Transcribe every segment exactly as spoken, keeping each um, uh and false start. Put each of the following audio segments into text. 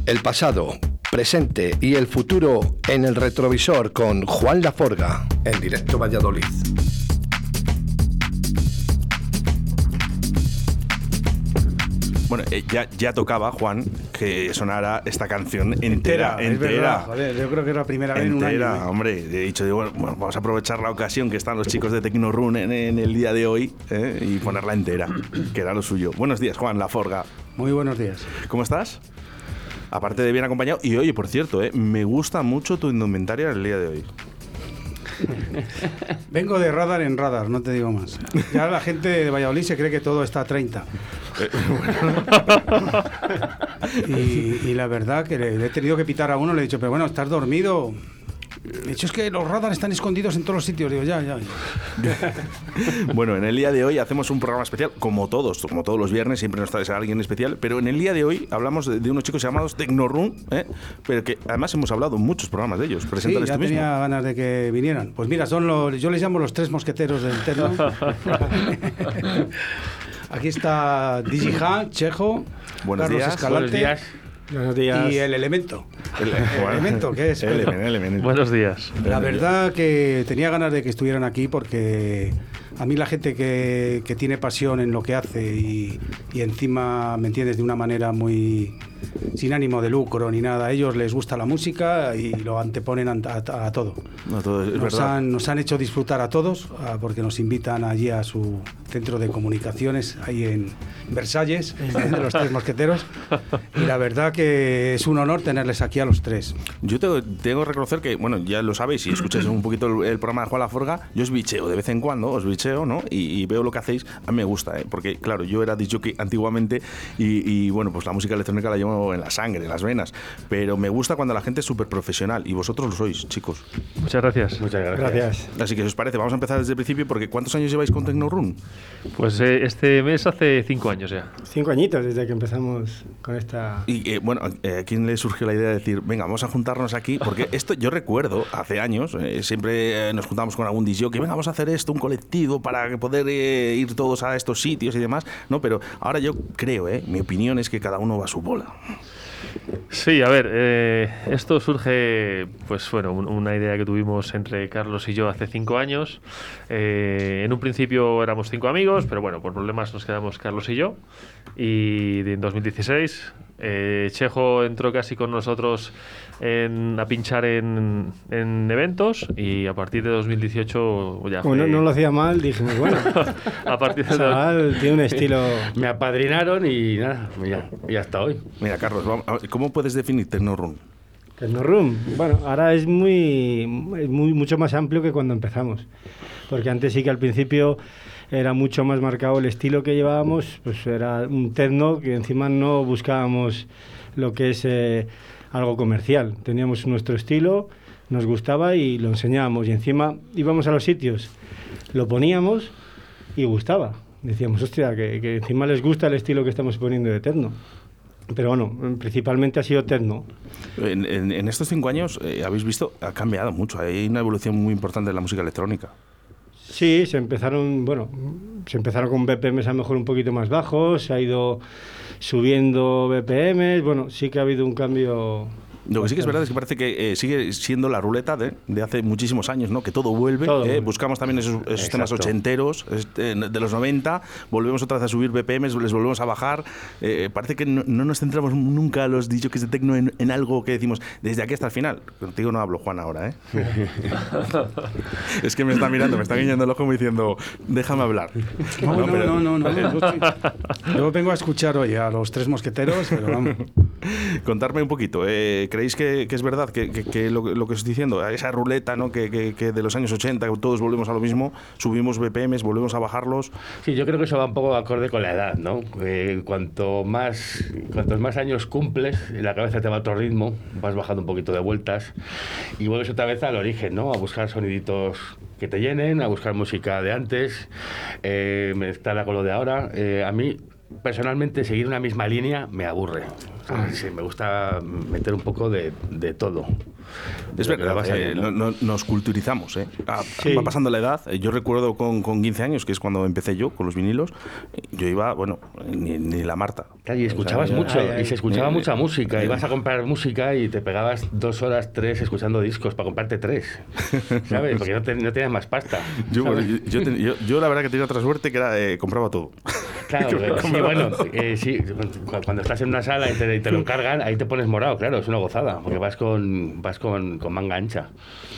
El pasado, presente y el futuro en el retrovisor con Juan Laforga, en Directo Valladolid. Bueno, eh, ya, ya tocaba, Juan, que sonara esta canción entera, entera. Es verdad, joder, yo creo que es la primera vez en un año. Entera, hombre. He dicho, digo, bueno, vamos a aprovechar la ocasión que están los chicos de Tecnorun en, en el día de hoy eh, y ponerla entera, que era lo suyo. Buenos días, Juan Laforga. Muy buenos días. ¿Cómo estás? Aparte de bien acompañado. Y oye, por cierto, eh, me gusta mucho tu indumentaria el día de hoy. Vengo de radar en radar, no te digo más. Ya la gente de Valladolid se cree que todo está a treinta. y, y la verdad que le, le he tenido que pitar a uno, le he dicho, pero bueno, ¿estás dormido? De hecho, es que los radares están escondidos en todos los sitios. Digo, ya, ya, ya. Bueno, en el día de hoy hacemos un programa especial, como todos, como todos los viernes, siempre nos trae a alguien especial, pero en el día de hoy hablamos de, de unos chicos llamados Tecnorun, ¿eh? Pero que además hemos hablado en muchos programas de ellos. Preséntales sí, ya tú mismo. Tenía ganas de que vinieran. Pues mira, son los, yo les llamo los tres mosqueteros del Tecno. Aquí está Digiha, Chejo, Buenos Carlos días. Escalante. Buenos días. Buenos días. Y el elemento. El, El elemento, ¿qué es? El, el, el, el, Buenos días. La verdad que tenía ganas de que estuvieran aquí porque a mí la gente que, que tiene pasión en lo que hace y, y encima, ¿me entiendes?, de una manera muy sin ánimo de lucro ni nada, a ellos les gusta la música y lo anteponen a, a, a todo. No, todo es nos, verdad. han, nos han hecho disfrutar a todos porque nos invitan allí a su centro de comunicaciones, ahí en Versalles, de los Tres Mosqueteros, y la verdad que es un honor tenerles aquí a los tres. Yo tengo, tengo que reconocer que, bueno, ya lo sabéis, si escucháis un poquito el, el programa de Juan Laforga, yo os bicheo de vez en cuando, os bicheo, ¿no? Y, y veo lo que hacéis, a mí me gusta, ¿eh? Porque, claro, yo era disjockey antiguamente y, y, bueno, pues la música electrónica la llevo en la sangre, en las venas, pero me gusta cuando la gente es súper profesional y vosotros lo sois, chicos. Muchas gracias. Muchas gracias. Gracias. Así que si os parece, vamos a empezar desde el principio, porque ¿cuántos años lleváis con Tecnorun? Pues eh, este mes hace cinco años ya. Cinco añitos desde que empezamos con esta... Y eh, bueno, eh, ¿a quién le surgió la idea de decir, venga, vamos a juntarnos aquí? Porque esto yo recuerdo, hace años, eh, siempre eh, nos juntamos con algún disjockey, venga, vamos a hacer esto, un colectivo para poder eh, ir todos a estos sitios y demás, ¿no? Pero ahora yo creo, eh, mi opinión es que cada uno va a su bola. Sí, a ver, eh, esto surge, pues bueno, un, una idea que tuvimos entre Carlos y yo hace cinco años. Eh, en un principio éramos cinco amigos, pero bueno, por problemas nos quedamos Carlos y yo. Y en dos mil dieciséis, eh, Chejo entró casi con nosotros en, a pinchar en, en eventos, y a partir de dos mil dieciocho ya fue... Como no, no lo hacía mal, dijimos, bueno, a partir de... chaval, tiene un estilo... Me apadrinaron y nada, ya, y hasta hoy. Mira, Carlos, vamos, ¿cómo puedes definir Tecnorun? Tecnorun, bueno, ahora es muy, muy mucho más amplio que cuando empezamos, porque antes sí que al principio era mucho más marcado el estilo que llevábamos, pues era un techno que encima no buscábamos lo que es eh, algo comercial, teníamos nuestro estilo, nos gustaba y lo enseñábamos, y encima íbamos a los sitios, lo poníamos y gustaba, decíamos, hostia, que, que encima les gusta el estilo que estamos poniendo de techno. Pero bueno, principalmente ha sido techno. En, en, en estos cinco años, eh, habéis visto, ha cambiado mucho. Hay una evolución muy importante de la música electrónica. Sí, se empezaron, bueno, se empezaron con B P Ms a lo mejor un poquito más bajos, se ha ido subiendo B P Ms, bueno, sí que ha habido un cambio. Lo que sí que es verdad es que parece que eh, sigue siendo la ruleta de, de hace muchísimos años, ¿no? Que todo vuelve. Todo eh, vuelve. Buscamos también esos, esos temas ochenteros este, de los noventa, volvemos otra vez a subir B P Ms, les volvemos a bajar. Eh, parece que no, no nos centramos nunca los disjockeys de techno en, en algo que decimos desde aquí hasta el final. Contigo no hablo, Juan, ahora, ¿eh? Es que me está mirando, me está guiñando el ojo como diciendo, déjame hablar. No, no, pero... no, no, no. Yo, estoy... Yo vengo a escuchar hoy a los Tres Mosqueteros, pero vamos. Contarme un poquito, eh, ¿creéis que, que es verdad que, que, que lo, lo que estoy diciendo, esa ruleta, ¿no? que, que, que de los años ochenta todos volvemos a lo mismo, subimos B P Ms, volvemos a bajarlos? Sí, yo creo que eso va un poco acorde con la edad, ¿no? Eh, cuanto más, cuantos más años cumples, la cabeza te va a otro ritmo, vas bajando un poquito de vueltas y vuelves otra vez al origen, ¿no? A buscar soniditos que te llenen, a buscar música de antes, eh, mezclarla con lo de ahora. Eh, a mí personalmente seguir una misma línea me aburre. O sea, sí, me gusta meter un poco de, de todo. Es verdad, eh, ¿no? no, nos culturizamos, ¿eh? Ah, sí. Va pasando la edad. Yo recuerdo con, con quince años, que es cuando empecé yo con los vinilos, yo iba, bueno, ni, ni la Marta. Claro, y escuchabas o sea, mucho, ay, ay, y se escuchaba ni, mucha música. Ibas a comprar música y te pegabas dos horas, tres escuchando discos para comprarte tres. ¿Sabes? Porque no, te, no tenías más pasta. Yo, bueno, yo, yo, ten, yo, yo la verdad que tenía otra suerte que era, eh, compraba todo. Claro, eh, sí, bueno, eh, sí, cuando estás en una sala y te, y te lo encargan, ahí te pones morado, claro, es una gozada, porque vas con, vas con, con manga ancha.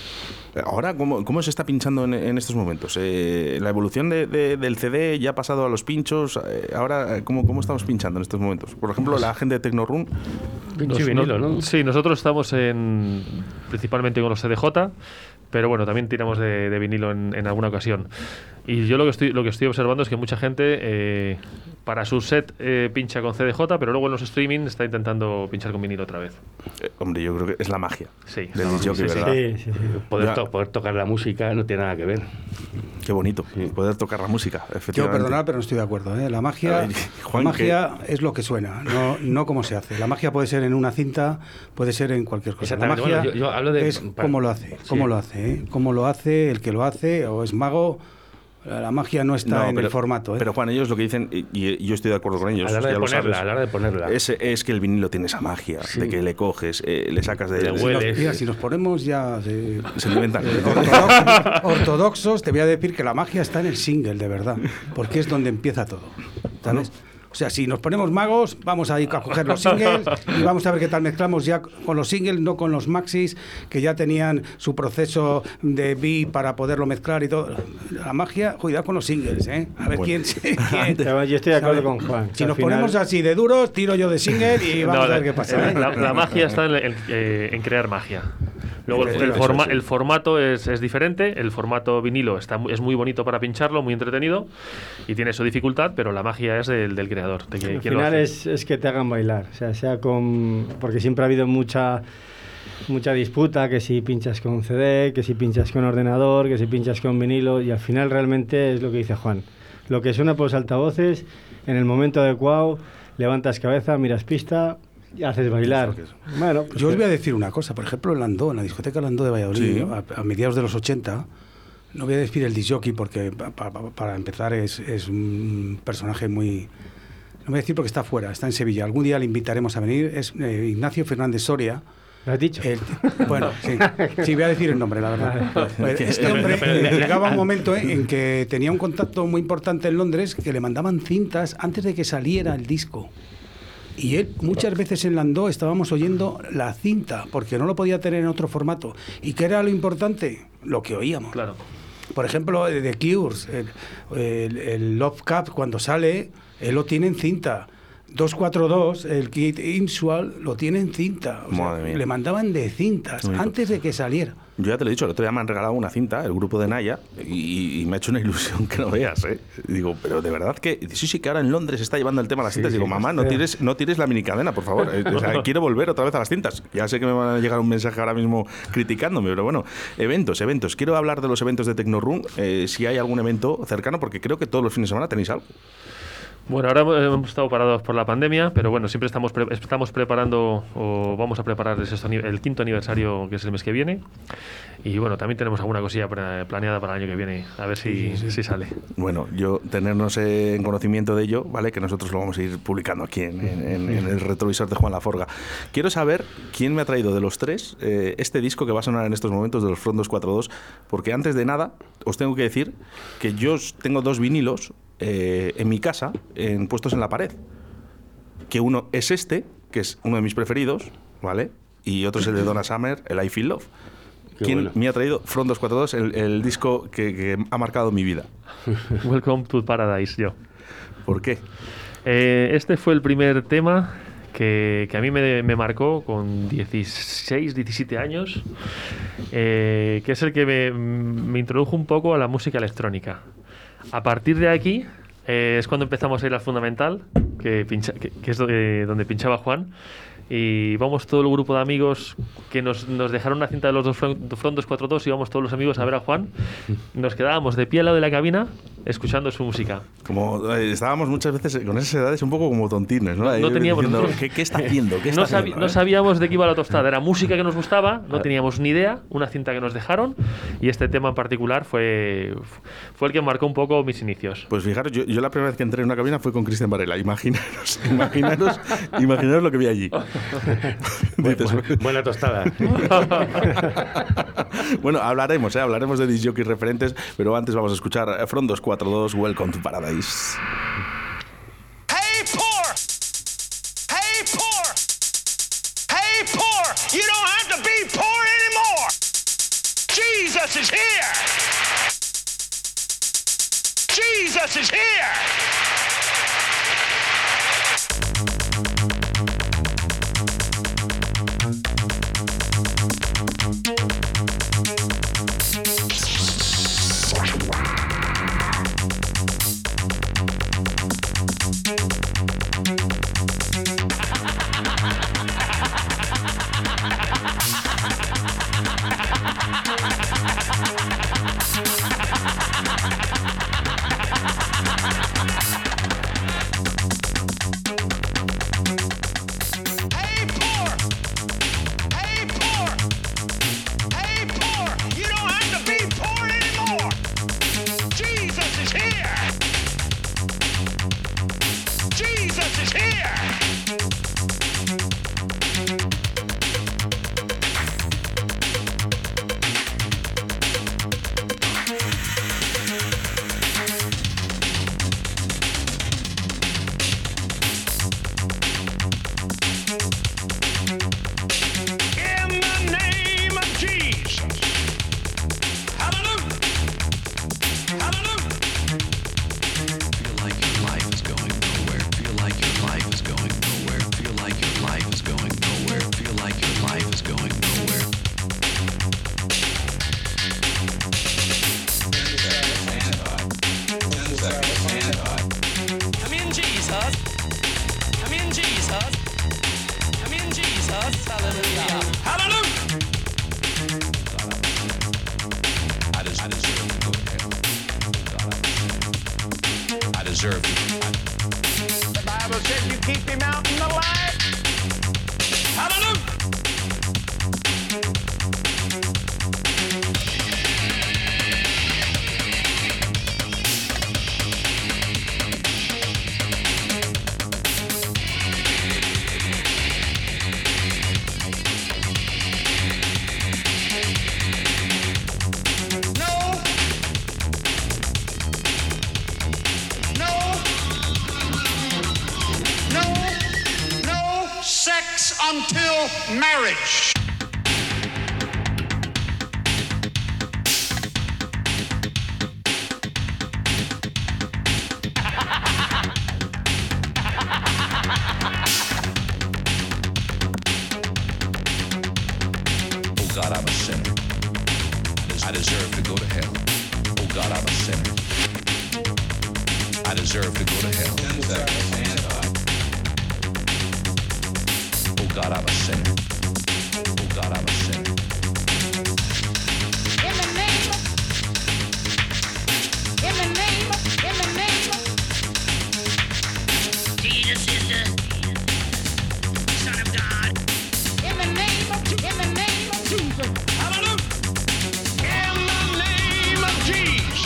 Ahora, ¿cómo, cómo se está pinchando en, en estos momentos? Eh, ¿La evolución de, de, del C D ya ha pasado a los pinchos? Eh, ahora, ¿cómo, ¿cómo estamos pinchando en estos momentos? Por ejemplo, la gente de Tecnorun. Pinche vinilo, ¿no? Sí, nosotros estamos en, principalmente con los C D J, pero bueno, también tiramos de, de vinilo en, en alguna ocasión. Y yo lo que estoy, lo que estoy observando es que mucha gente eh, para su set eh, pincha con C D J, pero luego en los streaming está intentando pinchar con vinilo otra vez. Eh, hombre, yo creo que es la magia. Sí. Del no, disc jockey, sí, ¿verdad? Sí, sí, sí. Poder, to poder tocar la música no tiene nada que ver. Qué bonito, sí. Poder tocar la música, efectivamente. Yo, perdonad, pero no estoy de acuerdo, ¿eh? La magia, ver, Juan, la magia ¿qué? Es lo que suena, no, no cómo se hace. La magia puede ser en una cinta, puede ser en cualquier cosa. La magia bueno, yo, yo hablo de, es para, cómo lo hace, cómo sí. lo hace, ¿eh? Cómo lo hace, el que lo hace, o es mago. La magia no está no, en pero, el formato. ¿eh? Pero Juan, ellos lo que dicen, y, y yo estoy de acuerdo con ellos, a la hora de ya ponerla, lo sabes, a la hora de ponerla. Es, es que el vinilo tiene esa magia, sí. de que le coges, eh, le sacas de... Le hueles. Si nos, mira, si nos ponemos ya... Eh, se inventan. Eh, ortodoxos, ortodoxos, te voy a decir que la magia está en el single, de verdad, porque es donde empieza todo, ¿sabes? ¿No? O sea, si nos ponemos magos, vamos a ir a coger los singles y vamos a ver qué tal mezclamos ya con los singles, no con los maxis, que ya tenían su proceso de beat para poderlo mezclar y todo. La magia, cuidado con los singles, ¿eh? A ver bueno. quién, quién... Yo estoy de acuerdo con Juan. Si nos final... ponemos así de duros, tiro yo de single y vamos no, a ver qué pasa. ¿eh? La, la magia está en, en, en crear magia. Luego el, el, forma, el formato es, es diferente, el formato vinilo está, es muy bonito para pincharlo, muy entretenido y tiene su dificultad, pero la magia es del, del creador. De que, al final es, es que te hagan bailar, o sea, sea con... porque siempre ha habido mucha mucha disputa, que si pinchas con C D, que si pinchas con ordenador, que si pinchas con vinilo, y al final realmente es lo que dice Juan. Lo que suena por los altavoces, en el momento adecuado, levantas cabeza, miras pista... y haces bailar. Bueno, pues yo os voy a decir una cosa, por ejemplo, en Landó, en la discoteca Landó de Valladolid, sí. ¿no? a, a mediados de los ochenta, no voy a decir el disc jockey porque pa, pa, para empezar es, es un personaje muy... No voy a decir porque está fuera, está en Sevilla. Algún día le invitaremos a venir. Es eh, Ignacio Fernández Soria. ¿Lo has dicho? El, bueno, sí, sí, voy a decir el nombre, la verdad. Este hombre eh, llegaba un momento eh, en que tenía un contacto muy importante en Londres, que le mandaban cintas antes de que saliera el disco. Y él, muchas veces en Landó estábamos oyendo la cinta, porque no lo podía tener en otro formato. ¿Y qué era lo importante? Lo que oíamos. Claro. Por ejemplo, The Cures, el, el, el Love Cup, cuando sale, él lo tiene en cinta. dos cuatro dos, el kit Imsual, lo tiene en cinta. O sea, le mandaban de cintas antes de que saliera. Yo ya te lo he dicho, el otro día me han regalado una cinta, el grupo de Naya, y, y me ha hecho una ilusión que no veas, ¿eh? Digo, pero de verdad que... Sí, sí, que ahora en Londres está llevando el tema a las cintas. Sí, digo, sí, mamá, no tires, no tires la minicadena, por favor. O sea, quiero volver otra vez a las cintas. Ya sé que me van a llegar un mensaje ahora mismo criticándome, pero bueno. Eventos, eventos. Quiero hablar de los eventos de Tecnorun, eh, si hay algún evento cercano, porque creo que todos los fines de semana tenéis algo. Bueno, ahora hemos estado parados por la pandemia, pero bueno, siempre estamos pre estamos preparando o vamos a preparar el quinto aniversario, que es el mes que viene. Y bueno, también tenemos alguna cosilla planeada para el año que viene, a ver si, sí, sí, sí. si sale. Bueno, yo tenernos en conocimiento de ello, ¿vale? Que nosotros lo vamos a ir publicando aquí en, en, en el retrovisor de Juan Laforga. Quiero saber quién me ha traído de los tres eh, este disco que va a sonar en estos momentos de los Front dos cuatro dos, porque antes de nada os tengo que decir que yo tengo dos vinilos eh, en mi casa, en, puestos en la pared. Que uno es este, que es uno de mis preferidos, ¿vale? Y otro es el de Donna Summer, el I Feel Love. Qué ¿Quién bueno. me ha traído Front dos cuatro dos, el, el disco que, que ha marcado mi vida? Welcome to Paradise, yo. ¿Por qué? Eh, este fue el primer tema que, que a mí me, me marcó con dieciséis, diecisiete años, eh, que es el que me, me introdujo un poco a la música electrónica. A partir de aquí eh, es cuando empezamos a ir al Fundamental, que, pincha, que, que es donde, donde pinchaba Juan. y vamos todo el grupo de amigos que nos, nos dejaron una cinta de los dos Frondos cuatro dos, íbamos todos los amigos a ver a Juan, nos quedábamos de pie al lado de la cabina escuchando su música. Como eh, estábamos muchas veces con esas edades un poco como tontines, ¿no? No, no teníamos diciendo, nosotros, ¿qué, ¿qué está haciendo? ¿Qué está no, sabi haciendo no eh? sabíamos de qué iba la tostada, era música que nos gustaba, no teníamos ni idea, una cinta que nos dejaron, y este tema en particular fue, fue el que marcó un poco mis inicios. Pues fijaros, yo, yo la primera vez que entré en una cabina fue con Cristian Varela. Imaginaros, imaginaros, imaginaros lo que vi allí. Dices, Bu buena tostada. bueno, hablaremos, ¿eh? hablaremos de disc jockeys referentes, pero antes vamos a escuchar Frondos cuatro dos, Welcome to Paradise. Hey poor, hey poor, hey poor, you don't have to be poor anymore. Jesus is here. Jesus is here. Until marriage. Oh God, I'm a sinner. I deserve to go to hell. Oh God, I'm a sinner. I deserve to go to hell. Oh God, I'm a sinner. Oh God, I'm a sinner. In the name of, in the name of, in the name of Jesus is the Son of God. In the name of, in the name of Jesus. Hallelujah. In the name of Jesus.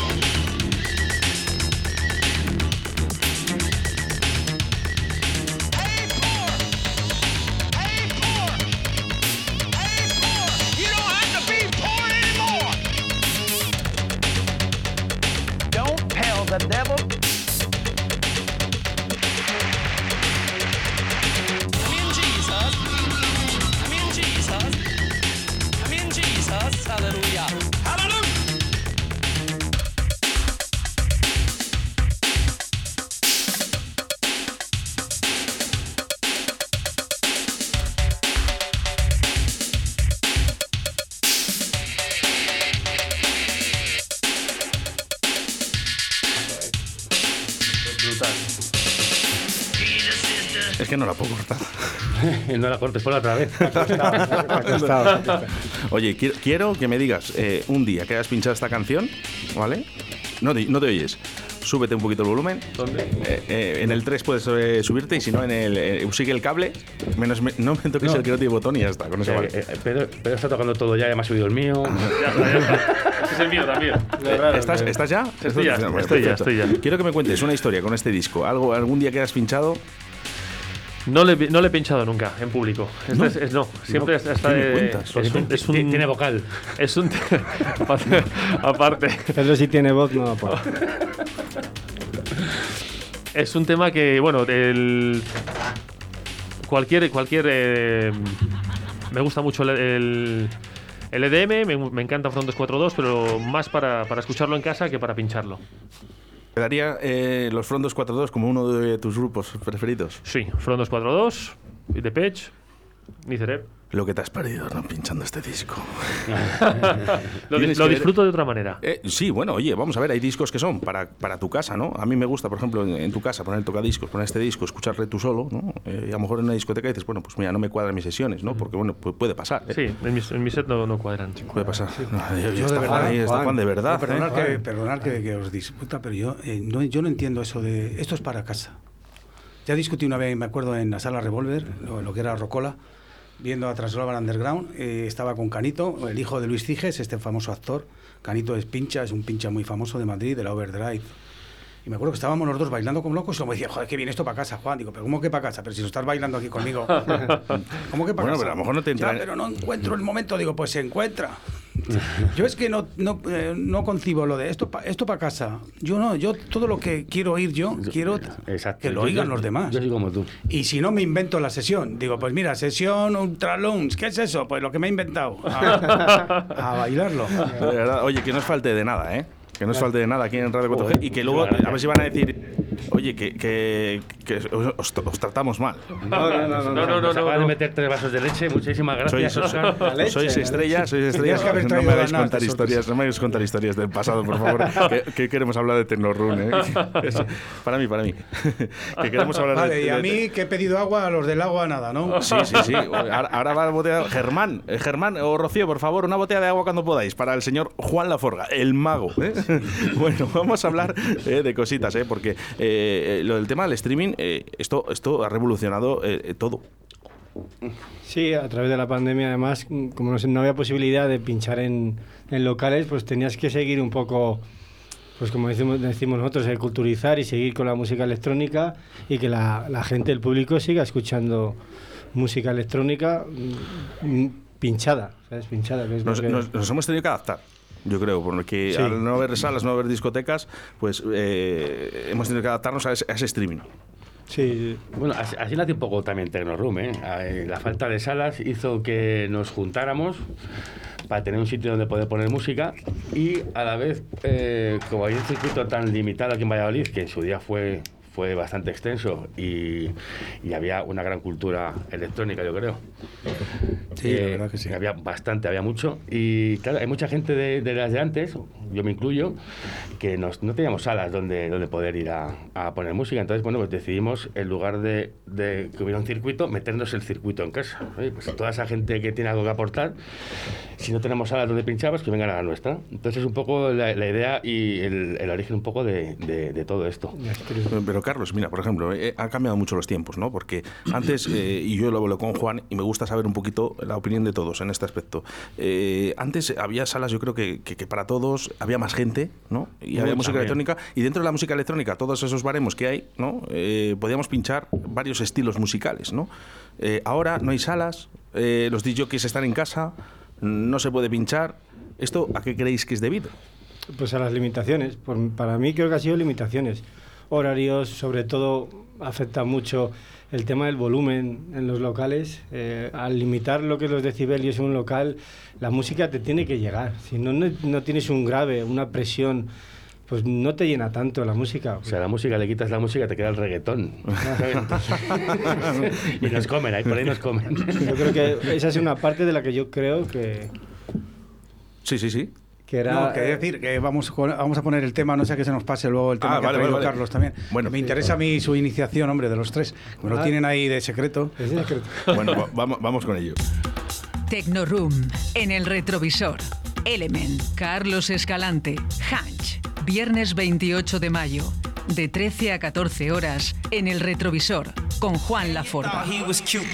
The devil. I'm in Jesus. I'm in Jesus. I'm in Jesus. Hallelujah. Hallelujah. Es que no la puedo cortar. No la cortes, ponla otra vez. Oye, quiero, quiero que me digas eh, un día que hayas pinchado esta canción, ¿vale? No te, no te oyes. Súbete un poquito el volumen. ¿Dónde? Eh, eh, en el tres puedes eh, subirte y si no, en el eh, sigue el cable. Menos me, no me toques No. el que no tiene botón y ya está. Con eso Eh, vale. eh, Pedro, Pedro está tocando todo ya, ya me ha subido el mío. Ya está, ya está. Ese es el mío también. Eh, ¿Estás, ¿Estás ya? Estoy ya, Bueno, estoy ya, perfecto. estoy ya. Quiero que me cuentes una historia con este disco. Algo, algún día que hayas pinchado. No le, no le he pinchado nunca en público. Este No. es- es- no, siempre está. ¿Qué me eh, cuentas? es un, es un- Ti- Tiene vocal. Es un. Aparte. Pedro si tiene voz, no aporta. Es un tema que, bueno, el, cualquier, cualquier, eh, me gusta mucho el, el, el E D M, me, me encanta Front dos cuatro dos, pero más para, para escucharlo en casa que para pincharlo. ¿Quedaría eh, los Front dos cuatro dos como uno de tus grupos preferidos? Sí, Front dos cuatro dos, Depeche, Miserere. Lo que te has perdido, ¿no? Pinchando este disco. Lo, di- Tienes lo que ver- disfruto de otra manera. Eh, sí, bueno, oye, vamos a ver, hay discos que son para, para tu casa, ¿no? A mí me gusta, por ejemplo, en, en tu casa poner el tocadiscos, poner este disco, escucharle tú solo, ¿no? Eh, y a lo mejor en una discoteca dices, bueno, pues mira, no me cuadran mis sesiones, ¿no? Porque, bueno, pu- puede pasar. ¿eh? Sí, en mi, en mi set no, no cuadran. Puede pasar. No, yo, Yo está de Juan verdad, ahí, está Juan, Juan de verdad. no, perdonad, ¿eh? que, perdonad que, que os disputa, pero yo, eh, no, yo no entiendo eso de... Esto es para casa. Ya discutí una vez, me acuerdo, en la sala Revolver, lo, lo que era Rocola, viendo a Transglobal Underground, eh, estaba con Canito, el hijo de Luis Ciges, este famoso actor. Canito es pincha, es un pincha muy famoso de Madrid, de la Overdrive. Y me acuerdo que estábamos los dos bailando como locos y luego me decía, joder, que viene esto para casa, Juan. Digo, pero ¿cómo que para casa? Pero si lo estás bailando aquí conmigo. ¿Cómo que para Bueno, casa? pero a lo mejor no te entra- Ya, pero no encuentro el momento. Digo, pues se encuentra. Yo es que no, no, eh, no concibo lo de esto para esto para casa. Yo no, yo todo lo que quiero oír yo, quiero Exacto. que lo Yo- oigan yo- los demás. Yo soy como tú. Y si no, me invento la sesión. Digo, pues mira, sesión Ultra Lounge. ¿Qué es eso? Pues lo que me he inventado. A, a bailarlo. De verdad, oye, que no os falte de nada, ¿eh? Que no os falte de nada aquí en Radio cuatro G y que luego, a ver si van a decir, oye, que, que, que os, os tratamos mal. No, no, no, no. No, no, no, Nos no, acaban no. de meter tres vasos de leche. Muchísimas gracias, Sois, Óscar. La leche, sois la estrellas, sois Tendrías estrellas. que haber No traído me hagáis ganas contar de historias, no me hagáis contar historias del pasado, por favor. que, que queremos hablar de Tecnorun, ¿eh? Es- para mí, para mí. que queremos hablar Vale, de, y a de- mí que he pedido agua, a los del agua nada, ¿no? Sí, sí, sí. Ahora, ahora va la botella. Germán, eh, Germán o Rocío, por favor, una botella de agua cuando podáis para el señor Juan Laforga, el mago. ¿eh? Bueno, vamos a hablar eh, de cositas, ¿eh? Porque eh, lo del tema del streaming, eh, esto, esto ha revolucionado eh, todo. Sí, a través de la pandemia, además, mm, como no, se- no había posibilidad de pinchar en, en locales, pues tenías que seguir un poco, pues como decimos, decimos nosotros, el culturizar y seguir con la música electrónica y que la, la gente, el público, siga escuchando música electrónica mm, mm, pinchada, ¿sabes? Pinchada, que es lo Nos, que- nos- nos hemos tenido que adaptar. Yo creo, porque Sí. al no haber salas, no haber discotecas, pues eh, hemos tenido que adaptarnos a ese, a ese streaming. Sí, Bueno, así, así nace un poco también Tecnorum, ¿eh? Eh, La falta de salas hizo que nos juntáramos para tener un sitio donde poder poner música y a la vez, eh, como hay un circuito tan limitado aquí en Valladolid, que en su día fue, fue bastante extenso y, y había una gran cultura electrónica, yo creo. Sí, la verdad que sí. Había bastante, había mucho. Y claro, hay mucha gente de, de las de antes, yo me incluyo, que nos- no teníamos salas donde, donde poder ir a, a poner música. Entonces, bueno, pues decidimos, en lugar de, de que hubiera un circuito, meternos el circuito en casa. Oye, pues toda esa gente que tiene algo que aportar, si no tenemos salas donde pinchar, pues que vengan a la nuestra. Entonces, es un poco la, la idea y el, el origen un poco de, de- de todo esto. Pero Carlos, mira, por ejemplo, eh, ha cambiado mucho los tiempos, ¿no? Porque antes, eh, y yo lo hablo con Juan, y me gusta saber un poquito la opinión de todos en este aspecto. Eh, antes había salas, yo creo que, que, que para todos había más gente, ¿no? Y había Mucha música bien. electrónica, y dentro de la música electrónica, todos esos baremos que hay, ¿no? Eh, podíamos pinchar varios estilos musicales, ¿no? Eh, ahora no hay salas, eh, los D Js están en casa, no se puede pinchar. ¿Esto a qué creéis que es debido? pues a las limitaciones. Por- para mí creo que ha sido limitaciones. Horarios, sobre todo, afecta mucho el tema del volumen en los locales. Eh, al limitar lo que es los decibelios en un local, la música te tiene que llegar. Si no, no, no tienes un grave, una presión, pues no te llena tanto la música. O sea, la música, le quitas la música, te queda el reggaetón. Y nos comen, ahí por ahí nos comen. Yo creo que esa es una parte de la que yo creo que... Sí, sí, sí. que era... No, quería decir que vamos, con- vamos a poner el tema, no sé que se nos pase luego el tema Ah, que vale, ha traído vale, vale. Carlos también. Bueno, me interesa a mí su iniciación, hombre, de los tres. Me lo Ah. tienen ahí de secreto. Es secreto. Bueno, va- vamos, vamos con ello. Tecnoroom, en el retrovisor. Element, Carlos Escalante, Hunch. Viernes veintiocho de mayo, de trece a catorce horas, en el retrovisor, con Juan Laforga. He was cute.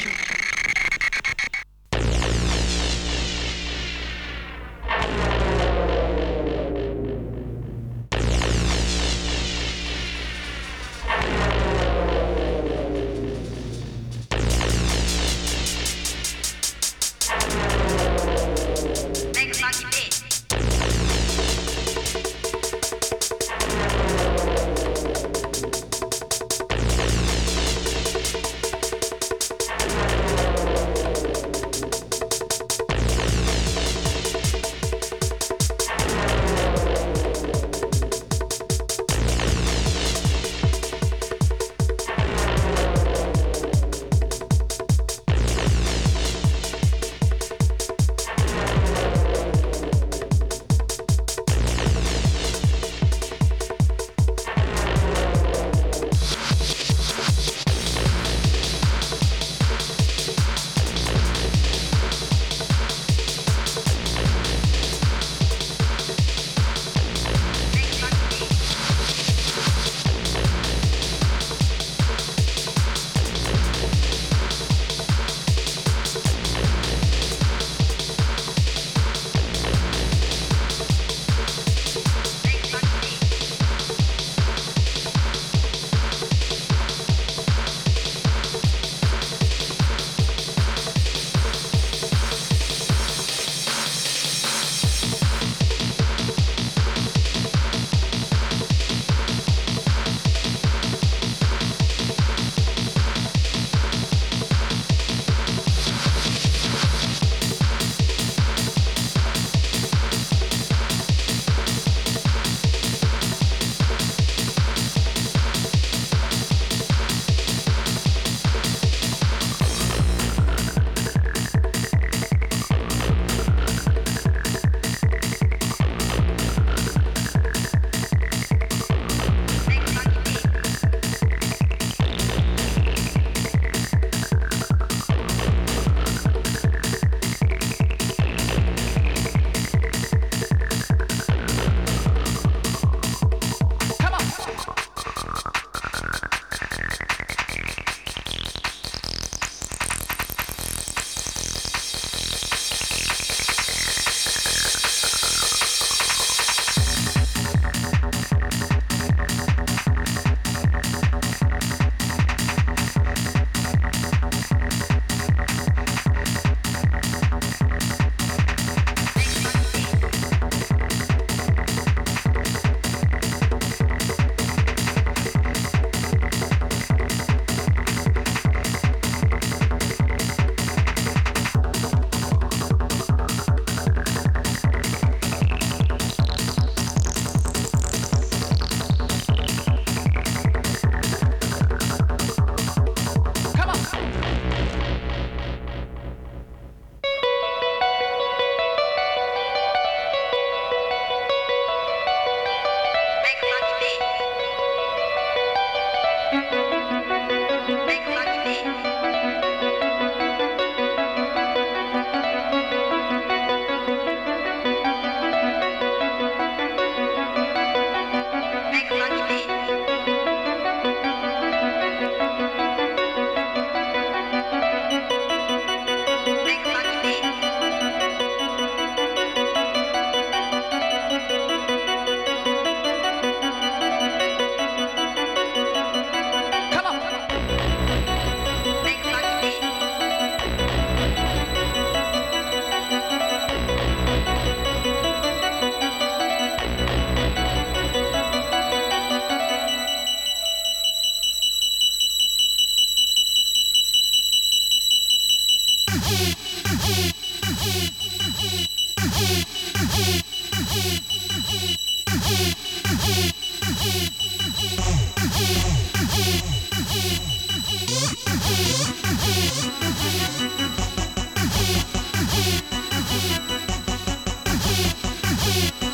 Thank you.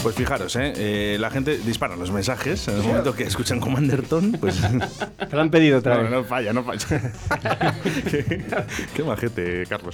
Pues fijaros, ¿eh? Eh, la gente dispara los mensajes en el momento que escuchan Commander Tone, pues... Te lo han pedido otra no, vez. No falla, no falla. qué, qué majete, Carlos.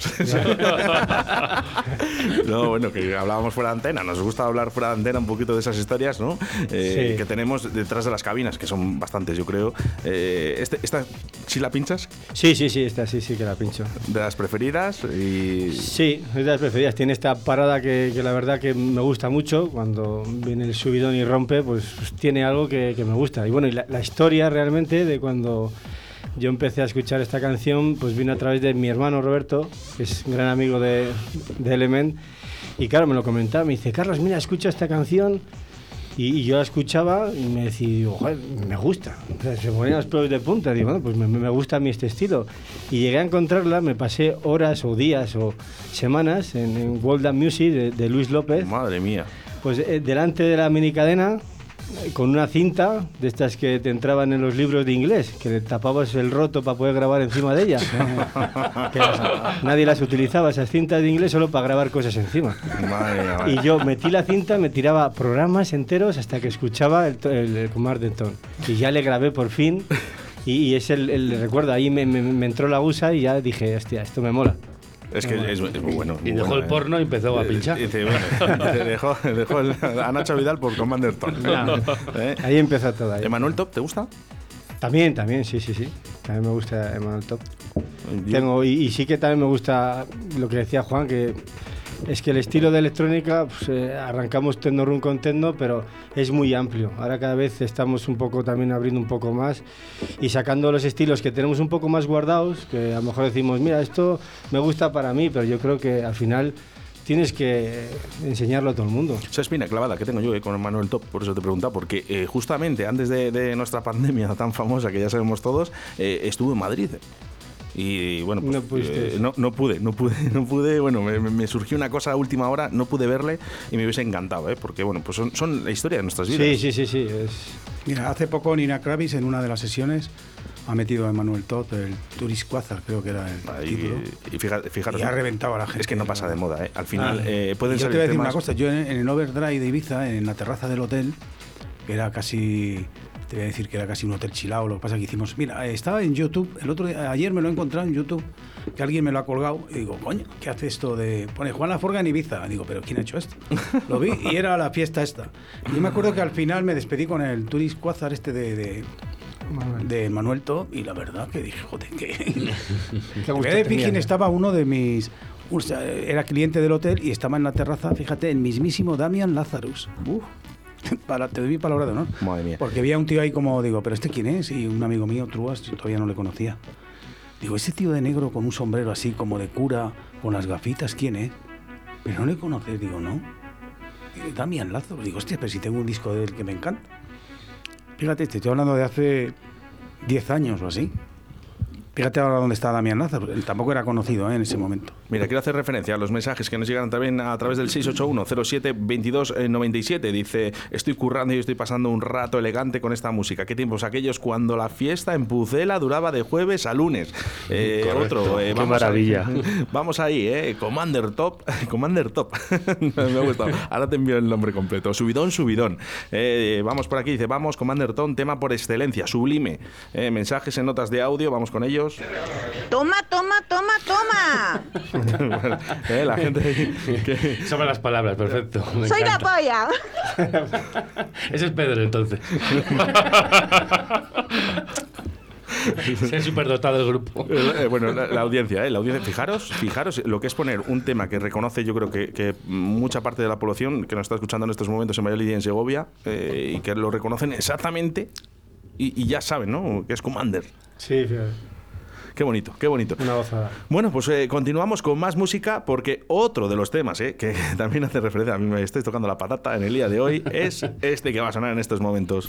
No, bueno, que hablábamos fuera de antena. Nos gusta hablar fuera de antena un poquito de esas historias, ¿no? Eh, Sí. Que tenemos detrás de las cabinas, que son bastantes, yo creo. Eh, este, ¿Esta sí la pinchas? Sí, sí, sí, esta sí, sí que la pincho. De las preferidas y... Sí, es de las preferidas. Tiene esta parada que, que la verdad que me gusta mucho. Cuando viene el subidón y rompe, pues, pues tiene algo que, que me gusta. Y bueno, y la, la historia realmente de cuando yo empecé a escuchar esta canción, pues vino a través de mi hermano Roberto, que es un gran amigo de, de Element. Y claro, me lo comentaba, me dice, Carlos, mira, escucha esta canción. Y, y yo la escuchaba y me decía, digo, joder, me gusta. O sea, se ponían los pelos de punta. Digo, bueno, pues me, me gusta a mí este estilo. Y llegué a encontrarla, me pasé horas o días o semanas en, en World of Music de, de Luis López. Madre mía. Pues eh, delante de la minicadena, eh, con una cinta de estas que te entraban en los libros de inglés, que le tapabas el roto para poder grabar encima de ella. Que las- nadie las utilizaba, esas cintas de inglés, solo para grabar cosas encima. Madre mía, madre. Y yo metí la cinta, me tiraba programas enteros hasta que escuchaba el, to- el, el Commander Tone. Y ya le grabé por fin. Y, y es el, el recuerdo, ahí me, me- me entró la gusa y ya dije, hostia, esto me mola. Es que es, es muy bueno. Y muy dejó bueno, el ¿eh? porno y empezó a pinchar. Dice, bueno, dice, dejó, dejó el- a Nacho Vidal por Commander Tone. ¿Eh? Ahí empezó todo. Ahí. ¿Emanuel Top te gusta? También, también, sí, sí, sí. También me gusta Emanuel Top. Yo- Tengo, y, y sí que también me gusta lo que decía Juan, que es que el estilo de electrónica, pues, eh, arrancamos techno room con techno, pero es muy amplio. Ahora cada vez estamos un poco también abriendo un poco más y sacando los estilos que tenemos un poco más guardados, que a lo mejor decimos, mira, esto me gusta para mí, pero yo creo que al final tienes que enseñarlo a todo el mundo. Esa espina clavada que tengo yo eh, con Emanuel Top, por eso te he preguntado, porque eh, justamente antes de, de nuestra pandemia tan famosa que ya sabemos todos, eh, estuve en Madrid. Y bueno, pues, No pudiste. eh, no, no pude, no pude, no pude, bueno, me, me surgió una cosa a última hora, no pude verle y me hubiese encantado, ¿eh? Porque bueno, pues son, son la historia de nuestras vidas. Sí, sí, sí, sí. Es... Mira, hace poco Nina Kravis en una de las sesiones ha metido a Emanuel Todd, el Tourist Quasar, creo que era el Ahí, título. y fíjate, fijaros, Y ha ¿no? reventado a la gente. Es que no pasa de moda, ¿eh? Al final Ah. eh, pueden Y yo te salir voy a decir temas... una cosa, yo en, en el Overdrive de Ibiza, en la terraza del hotel, que era casi, te voy a decir que era casi un hotel chilao, lo que pasa que hicimos, mira, eh, estaba en YouTube, el otro día, ayer me lo he encontrado en YouTube, que alguien me lo ha colgado, y digo, coño, ¿qué hace esto de...? Pone Juan Laforga en Ibiza, digo, ¿pero quién ha hecho esto? Lo vi y era la fiesta esta. Y yo me acuerdo que al final me despedí con el Tourist Quasar este de... de de Manuel Todd, y la verdad que dije, joder, que... Qué En gusto vez de tenía, Fijin ¿eh? estaba uno de mis... o sea, era cliente del hotel y estaba en la terraza, fíjate, el mismísimo Damian Lazarus. Uf, para, te doy mi palabra de honor. Madre mía. Porque había un tío ahí como, digo, ¿pero este quién es? Y un amigo mío, Truas, yo todavía no le conocía. Digo, ese tío de negro con un sombrero así como de cura, con las gafitas, ¿quién es? Pero no le conoces, digo, no. Digo, Damian Lazarus. Digo, hostia, pero si tengo un disco de él que me encanta. Fíjate, te estoy hablando de hace diez años o así. Fíjate ahora dónde está Damián Lázaro. Él tampoco era conocido, ¿eh? En ese momento. Mira, quiero hacer referencia a los mensajes que nos llegan también a través del seis ocho uno cero siete veintidós noventa y siete. Dice, estoy currando y estoy pasando un rato elegante con esta música. ¿Qué tiempos aquellos cuando la fiesta en Pucela duraba de jueves a lunes? Eh, Correcto. otro, eh, Qué vamos maravilla. Ahí. Vamos ahí, ¿eh? Commander Top. Commander Top. Me ha gustado. Ahora te envío el nombre completo. Subidón, subidón. Eh, vamos por aquí, dice, vamos, Commander Top, tema por excelencia, sublime. Eh, mensajes en notas de audio, vamos con ellos. Toma, toma, toma, toma. Bueno, eh, la gente que... Sobre las palabras, perfecto. Me Soy la encanta. polla. Ese es Pedro, entonces. Ser superdotado del grupo. Eh, bueno, la, la audiencia, ¿eh? La audiencia, fijaros, fijaros lo que es poner un tema que reconoce, yo creo que, que mucha parte de la población que nos está escuchando en estos momentos en Valladolid y en Segovia, eh, y que lo reconocen exactamente y, y ya saben, ¿no? Que es Commander. Sí, fíjate. Qué bonito, qué bonito. Una gozada. Bueno, pues eh, continuamos con más música porque otro de los temas eh, que también hace referencia, a mí me estoy tocando la patata en el día de hoy, es este que va a sonar en estos momentos.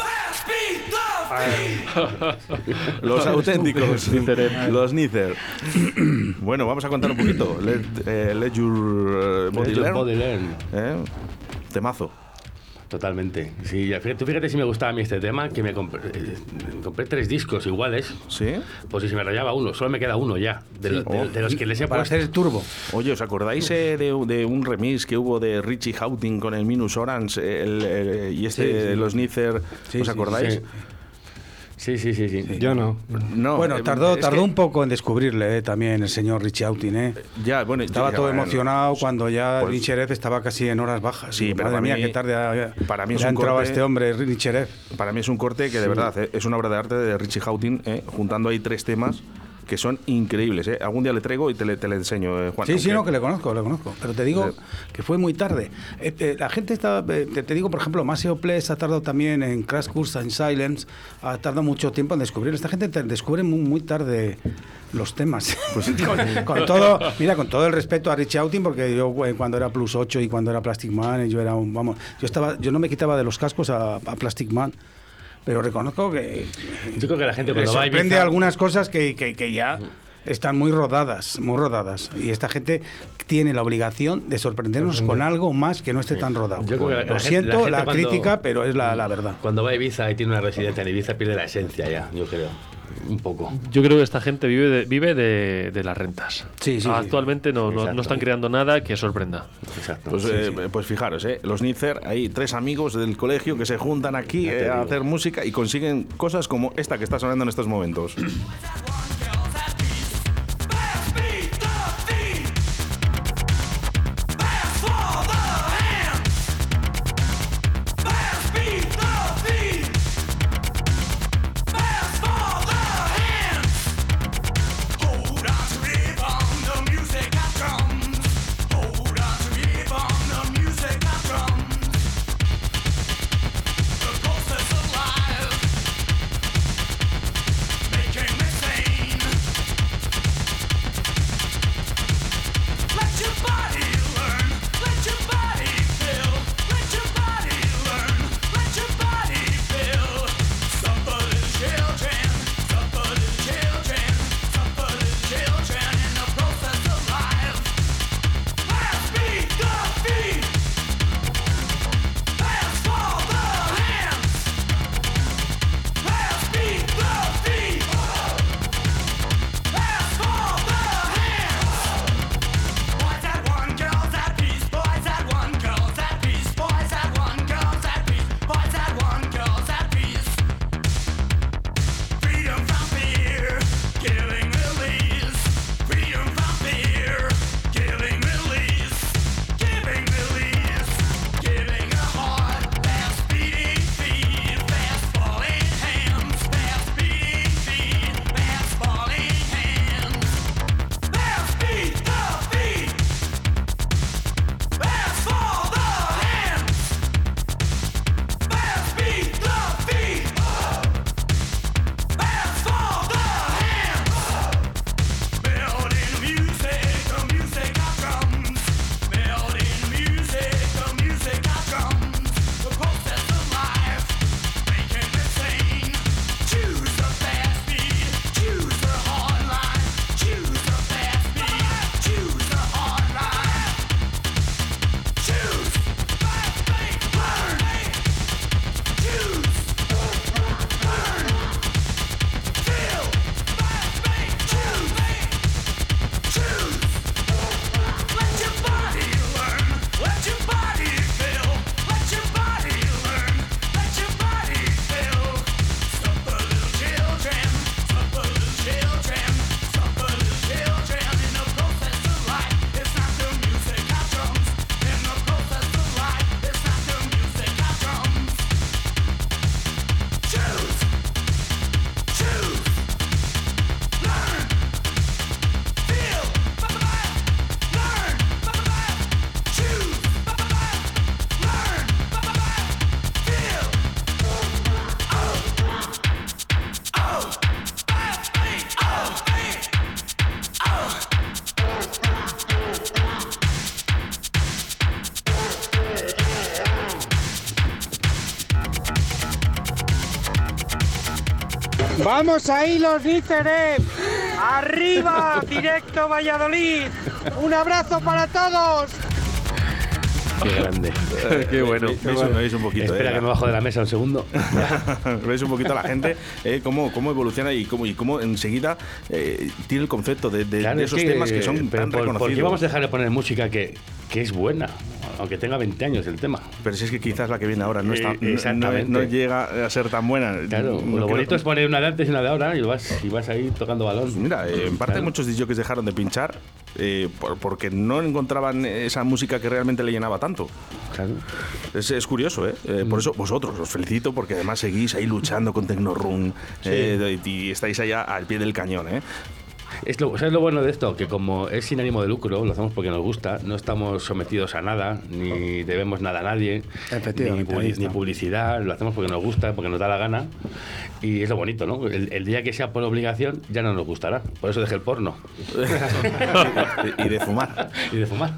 Los auténticos, los Nither. Bueno, vamos a contar un poquito. Let, eh, let your uh, body Let your learn. body learn. Eh, Temazo. totalmente. Sí, fíjate, tú fíjate si me gustaba a mí este tema, que me compré, eh, compré tres discos iguales. ¿Sí? Pues si se me rayaba uno, solo me queda uno ya, de, Sí. lo- de- de los que les he Para puesto. hacer el turbo. Oye, ¿os acordáis eh, de, de un remix que hubo de Richie Houghton con el Minus Orange el, el- y este Sí, sí. de los Nither? Sí, ¿Os sí, acordáis? Sí. Sí, sí, sí, sí. Yo no. No, Bueno, eh, tardó, es tardó que- un poco en descubrirle eh, también el señor Richie Houghton, ¿eh? Ya, bueno, Estaba ya, todo bueno, emocionado cuando ya pues- Richard estaba casi en horas bajas. Sí, Digo, pero madre para mía, mí- qué tarde ha, para mí le es ha un entrado a corte- este hombre, Richard. Para mí es un corte que de verdad eh, es una obra de arte de Richie Houghton, eh, juntando ahí tres temas que son increíbles. Eh. Algún día le traigo y te le, te le enseño, eh, Juan. Sí, sí, aunque- no, que le conozco, le conozco. Pero te digo Eh. que fue muy tarde. Eh, eh, la gente está, eh, te, te digo, por ejemplo, Maceo Ples ha tardado también en Crash Course in Silence, ha tardado mucho tiempo en descubrir. Esta gente te descubre muy, muy tarde los temas. con, con todo, mira, con todo el respeto a Richie Houghton, porque yo eh, cuando era Plus ocho y cuando era Plastic Man, yo era un, vamos, yo estaba, yo no me quitaba de los cascos a, a Plastic Man. Pero reconozco que Yo creo que la gente le cuando va a sorprende Ibiza- algunas cosas que, que, que ya están muy rodadas, muy rodadas. Y esta gente tiene la obligación de sorprendernos con algo más que no esté tan rodado. Yo creo que la- Lo la gente- siento, la la, gente cuando- crítica, pero es la, la verdad. Cuando va a Ibiza y tiene una residencia en Ibiza, pierde la esencia ya, yo creo. Un poco. Yo creo que esta gente vive de, vive de, de las rentas. Sí, sí, sí. Actualmente no, no, Exacto. no están creando nada que sorprenda. Exacto. Pues, Sí, eh, sí. pues fijaros, eh, los Nither, hay tres amigos del colegio que se juntan aquí Ya te eh, a digo. hacer música y consiguen cosas como esta que está sonando en estos momentos. ¡Vamos ahí los Níceres! ¡Arriba! ¡Directo Valladolid! ¡Un abrazo para todos! Qué grande. Qué bueno. Veis, veis un poquito. Espera eh, que me bajo de la mesa un segundo. Veis un poquito a la gente eh, cómo, cómo evoluciona y cómo, y cómo enseguida eh, tiene el concepto de, de, Claro, de es esos que, temas que son pero tan por, reconocidos. ¿por qué vamos a dejar de poner música que, que es buena? Aunque tenga veinte años el tema. Pero si es que quizás la que viene ahora no, está, Eh, no, exactamente. no llega a ser tan buena. Claro, No lo quiero- bonito es poner una de antes y una de ahora y vas, y vas ahí tocando balón. Mira, eh, en parte Claro. muchos discjockeys dejaron de pinchar eh, por- porque no encontraban esa música que realmente le llenaba tanto. Claro. Es, es curioso, ¿eh? Eh, Por eso vosotros os felicito porque además seguís ahí luchando con Tecnorun eh, y estáis allá al pie del cañón, ¿eh? Es lo, ¿sabes lo bueno de esto? Que como es sin ánimo de lucro, lo hacemos porque nos gusta, no estamos sometidos a nada, ni debemos nada a nadie, ni, Efectivamente, ahí publi- está. ni publicidad, lo hacemos porque nos gusta, porque nos da la gana, y es lo bonito, ¿no? El, el día que sea por obligación ya no nos gustará, por eso dejé el porno. y de fumar. Y de fumar.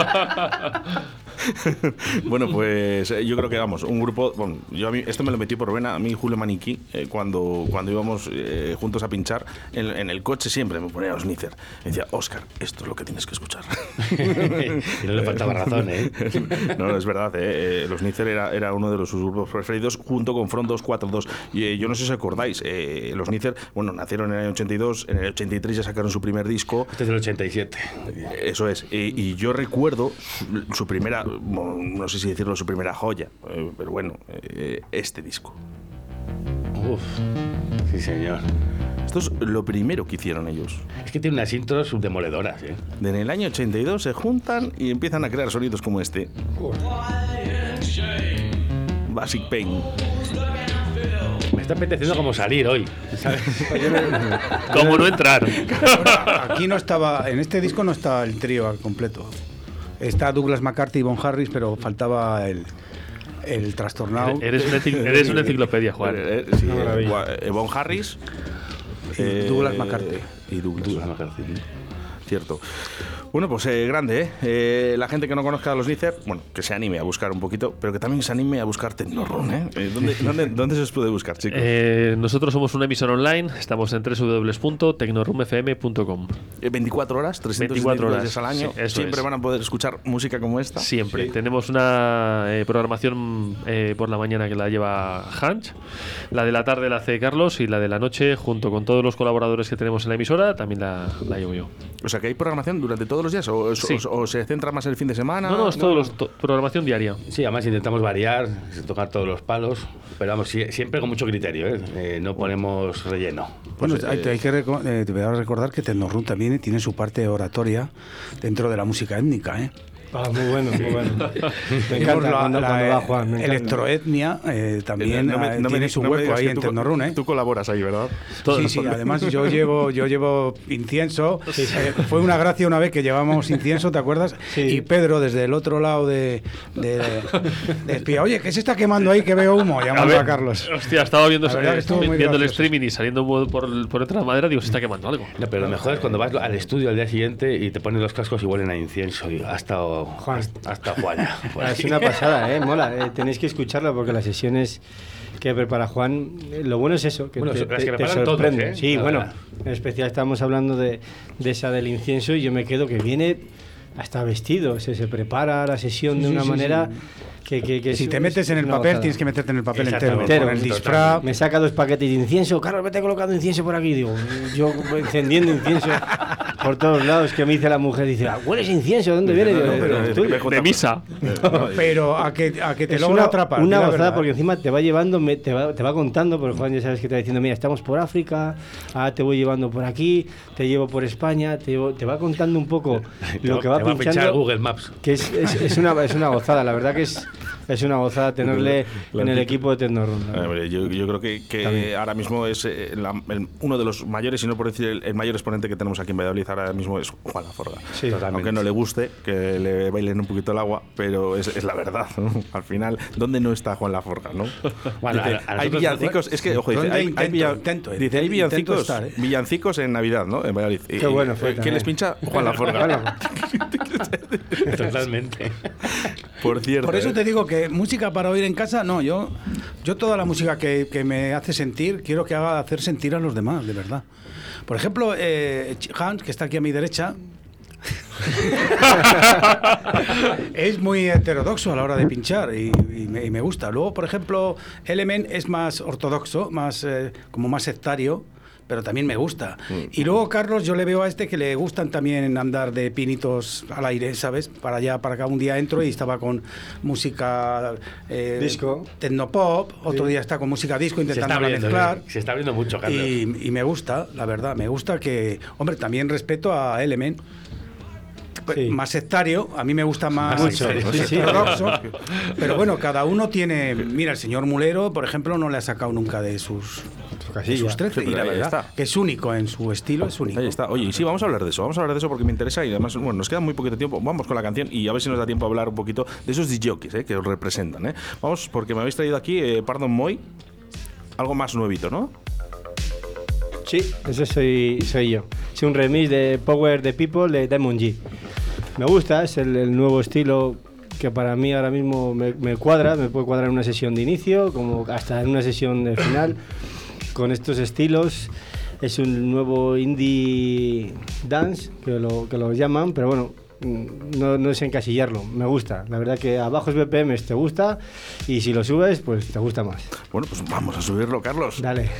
Bueno, pues eh, yo creo que vamos, un grupo. Bueno, yo a mí, esto me lo metí por vena, a mí Julio Maniquí, eh, cuando, cuando íbamos eh, juntos a pinchar, en, en el coche siempre me ponía a Snícer. Me decía, Óscar, esto es lo que tienes que escuchar. Y no le faltaba razón, ¿eh? No, es verdad, eh, eh, los Snícer era, era uno de los sus grupos preferidos junto con Front dos cuatro dos. Y eh, yo no sé si os acordáis, eh, los Snícer, bueno, nacieron en el ochenta y dos, en el ochenta y tres ya sacaron su primer disco. Este es del ochenta y siete. Eso es. Y, y yo recuerdo su, su primera, bueno, no sé si decirlo, su primera joya, eh, pero bueno, eh, este disco. Uf, sí señor. Esto es lo primero que hicieron ellos. Es que tiene unas intros demoledoras, ¿eh? En el año ochenta y dos se juntan y empiezan a crear sonidos como este. Basic Pain. Me está apeteciendo como salir hoy, ¿sabes? Como no entrar. Aquí no estaba, en este disco no está el trío al completo. Está Douglas McCarthy y Bon Harris, pero faltaba el, el trastornado. Eres una, encicl- eres una enciclopedia, Juan. Eh, eh, sí, Una maravilla. eh, Gua- eh, Bon Harris. Y Douglas McCarthy. Y Douglas. Douglas McCarthy. Cierto. Bueno, pues eh, grande, ¿eh? ¿eh? La gente que no conozca a los Snícer, bueno, que se anime a buscar un poquito, pero que también se anime a buscar Tecnorun, ¿eh? Eh, ¿Dónde, dónde, ¿Dónde se os puede buscar, chicos? Eh, nosotros somos una emisora online, estamos en doble u doble u doble u punto tecnorum f m punto com. Eh, veinticuatro horas, trescientos veinticuatro horas horas al año. sí, eso Siempre es. van a poder escuchar música como esta. Siempre. Sí. Tenemos una eh, programación eh, por la mañana que la lleva Hanch, la de la tarde la hace Carlos y la de la noche, junto con todos los colaboradores que tenemos en la emisora, también la, la llevo yo. O sea, que hay programación durante todos los días, o, Sí. o- o se centra más el fin de semana. No, no, es todos los, to- programación diaria. Sí, además intentamos variar, tocar todos los palos, pero vamos, sie- siempre con mucho criterio, ¿eh? Eh, no ponemos relleno. Bueno, Pues, hay, eh, hay que reco- eh, te voy a recordar que Tecnorun también tiene su parte oratoria dentro de la música étnica, ¿eh? Ah, muy bueno, muy bueno. Me Tenemos encanta la- cuando, la cuando va Juan. Me encanta. electroetnia eh, también no me- eh, no me tiene di- su no me hueco digas ahí que en tú- Tecnorun, ¿eh? Tú colaboras ahí, ¿verdad? Todo- Sí, sí, además yo llevo yo llevo incienso. Eh, fue una gracia una vez que llevábamos incienso, ¿te acuerdas? Sí. Y Pedro desde el otro lado de, de, de espía, oye, ¿qué se está quemando ahí que veo humo? Llamando a, ver, Carlos. Hostia, estaba viendo, La verdad eh, que estuvo muy viendo el gracioso. streaming y saliendo por, por otra madera, digo, se está quemando algo. No, pero lo mejor es cuando vas al estudio al día siguiente y te pones los cascos y huelen a incienso. Y hasta, Juan. hasta, hasta Juana. por Ah, ahí. es una pasada, ¿eh? Mola. Eh, tenéis que escucharlo porque las sesiones que prepara Juan, eh, lo bueno es eso, que Bueno, te, las que te- te preparan todos, sorprende. ¿eh? Sí, La bueno, verdad. en especial estamos hablando de, de esa del incienso y yo me quedo que viene hasta vestido, se, se prepara la sesión de Sí, una sí, manera sí. que, que, que Si es- te metes es en el una papel, gozada. tienes que meterte en el papel entero. Exactamente. Con el Entero, disfraz. Me saca dos paquetes de incienso. Carlos, vete colocando incienso por aquí. Digo, yo encendiendo incienso por todos lados. Que me dice la mujer, dice, "Ah, ¿hueles incienso? ¿Dónde viene? Digo, pero eh, estoy- eh, De misa. Pero a que, a que te es logra una, atrapar. una di la gozada verdad, porque ¿eh? encima te va llevando, me- te, va, te va contando, porque Juan ya sabes que te va diciendo, mira, estamos por África, ah, te voy llevando por aquí, te llevo por España, te, llevo- te va contando un poco Te lo va- que va te va a pinchar pinchando. Google Maps. Que es, es, es una, es una gozada, la verdad que es, es una gozada tenerle La en el típica. equipo de Tecnorun. la Eh, verdad. hombre, yo, yo creo que, que También. ahora mismo es eh, la- el- uno de los mayores, si no por decir el, el mayor exponente que tenemos aquí en Valladolid ahora mismo es Juan Laforga. Sí, Aunque no le guste que le bailen un poquito el agua, pero es, es la verdad, ¿no? Al final, ¿dónde no está Juan Laforga, no? Bueno, Dice, a- a hay nosotros- villancicos, es que, ojo, dice, ¿Dónde hay, hay intento, villa- intento, eh, dice, hay intento villancicos, estar, eh? villancicos en Navidad, ¿no? En Valladolid. Y- Qué bueno fue ¿Quién también. les pincha? Juan Laforga. Totalmente. Por cierto. Por eso ¿eh? te digo que música para oír en casa, no, yo, yo toda la música que, que me hace sentir, quiero que haga hacer sentir a los demás, de verdad. Por ejemplo, eh, Hans, que está aquí a mi derecha, Es muy heterodoxo a la hora de pinchar y, y, me, y me gusta. Luego, por ejemplo, Element es más ortodoxo, más eh, como más sectario, pero también me gusta. Mm. Y luego, Carlos, yo le veo a este que le gustan también andar de pinitos al aire, ¿sabes? Para allá, para acá. Un día entro y estaba con música... Eh, disco. Tecnopop. Otro sí. día está con música disco intentando mezclar. Se está abriendo mucho, Carlos. Y, y me gusta, la verdad, me gusta que... Hombre, también respeto a Element. Sí. Más sectario, a mí me gusta más ortodoxo, sí, sí. Pero bueno, cada uno tiene... Mira, el señor Mulero, por ejemplo, no le ha sacado nunca de sus, de sus trece, sí, y la verdad está. Que es único en su estilo, es único. Ahí está. Oye, y sí, vamos a hablar de eso, vamos a hablar de eso porque me interesa y además, bueno, nos queda muy poquito tiempo. Vamos con la canción y a ver si nos da tiempo a hablar un poquito de esos disjockeys eh, que os representan. Eh. Vamos, porque me habéis traído aquí eh, Pardon Moi, algo más nuevito, ¿no? Sí, ese soy, soy yo. Es un remix de Power the People de Diamond G. Me gusta, es el, el nuevo estilo que para mí ahora mismo me, me cuadra, me puede cuadrar en una sesión de inicio, como hasta en una sesión de final, con estos estilos. Es un nuevo indie dance, que lo, que lo llaman, pero bueno, no, no es encasillarlo, me gusta. La verdad que a bajos B P M te gusta y si lo subes, pues te gusta más. Bueno, pues vamos a subirlo, Carlos. Dale.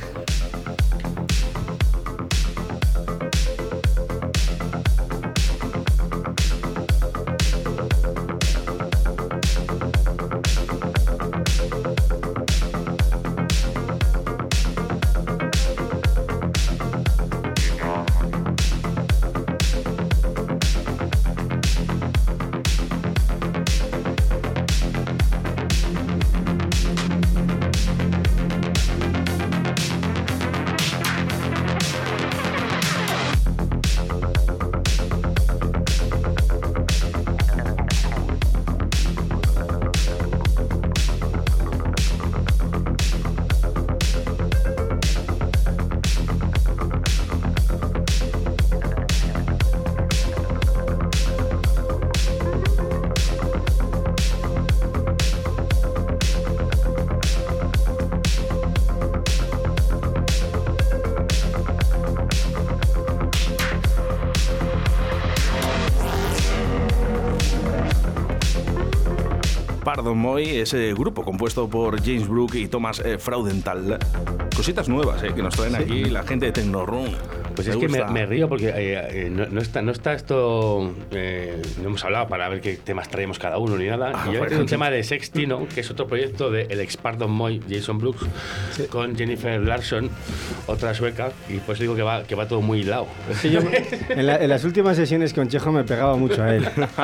Pardon Moi, ese grupo compuesto por James Brook y Thomas eh, Fraudenthal. Cositas nuevas eh, que nos traen sí. aquí la gente de Technorum. Pues me es gusta. que me, me río porque eh, eh, no, no, está, no está esto, eh, no hemos hablado para ver qué temas traemos cada uno ni nada. Ah, y yo he tenido un tema de Sextino, que es otro proyecto de el ex Pardon Moi, Jason Brooks, sí. con Jennifer Larson, otra sueca, y pues digo que va, que va todo muy hilado. Sí, yo, en, la, en las últimas sesiones con Chejo me pegaba mucho a él.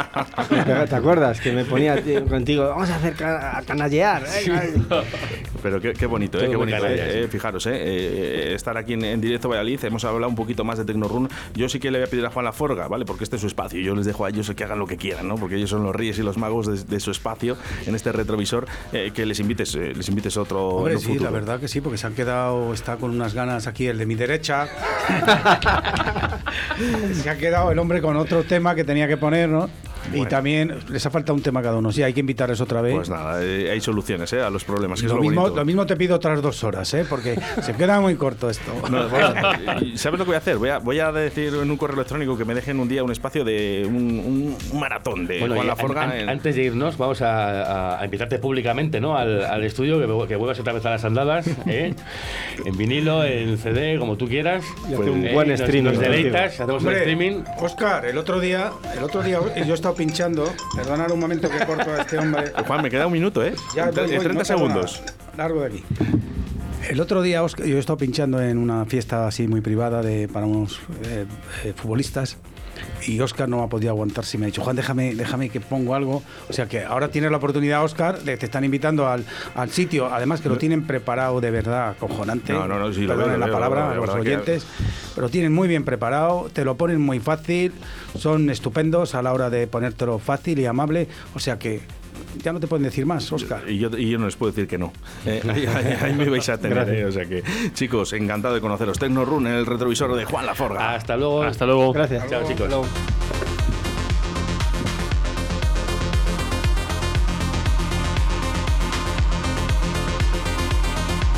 ¿Te acuerdas? Que me ponía tío, contigo, vamos a hacer ca- a canallear. ¿eh? Sí. Pero qué, qué bonito, eh, qué bonito. Eh, eh, fijaros, eh, eh, estar aquí en, en directo Valladolid, hemos hablado un poquito más de Technorum. Yo sí que le voy a pedir a Juan Laforga, ¿vale? Porque este es su espacio. Yo les dejo a ellos que hagan lo que quieran, ¿no? Porque ellos son los reyes y los magos de, de su espacio en este retrovisor. Eh, que les invites, eh, les invites otro. Hombre, sí, futuro. La verdad que sí, porque se han quedado, está con unas ganas aquí el de mi derecha. Se ha quedado el hombre con otro tema que tenía que poner, ¿no? Bueno. Y también les ha faltado un tema cada uno. Sí, hay que invitarles otra vez. Pues nada, eh, hay soluciones eh, a los problemas. Que lo, es lo, mismo, lo mismo te pido otras dos horas, ¿eh? Porque se queda muy corto esto. No, bueno, ¿sabes lo que voy a hacer? Voy a, voy a decir en un correo electrónico que me dejen un día un espacio de un, un, un maratón de bueno, Juan Laforga. An, an, en... Antes de irnos, vamos a, a, a invitarte públicamente, ¿no? Al, al estudio, que, que vuelvas otra vez a las andadas, ¿eh? En vinilo, en C D, como tú quieras. Pues, un eh, buen nos, streaming. Nos deleitas, hacemos Hombre, un streaming. Oscar, el otro día, el otro día yo he estado pinchando. Perdonad un momento que corto a este hombre. Juan, me queda un minuto, ¿eh? Ya, voy, voy, treinta no segundos. Largo de aquí. El otro día, Oscar, yo he estado pinchando en una fiesta así muy privada de, para unos eh, eh, futbolistas. Y Óscar no ha podido aguantarse y me ha dicho, Juan, déjame, déjame que pongo algo. O sea que ahora tienes la oportunidad, Óscar, te están invitando al, al sitio. Además que lo tienen preparado de verdad, acojonante. No, no, no, sí, Perdonen lo veo, la lo palabra veo, lo veo, a los que... oyentes. Pero tienen muy bien preparado, te lo ponen muy fácil, son estupendos a la hora de ponértelo fácil y amable. O sea que ya no te pueden decir más, Óscar. Y yo, y yo no les puedo decir que no. Eh, ahí, ahí, ahí me vais a tener. Eh, o sea que, chicos, encantado de conoceros. Technorum en el retrovisor de Juan Laforga. Hasta luego. Hasta luego. Gracias. Chao, chicos. Hasta luego.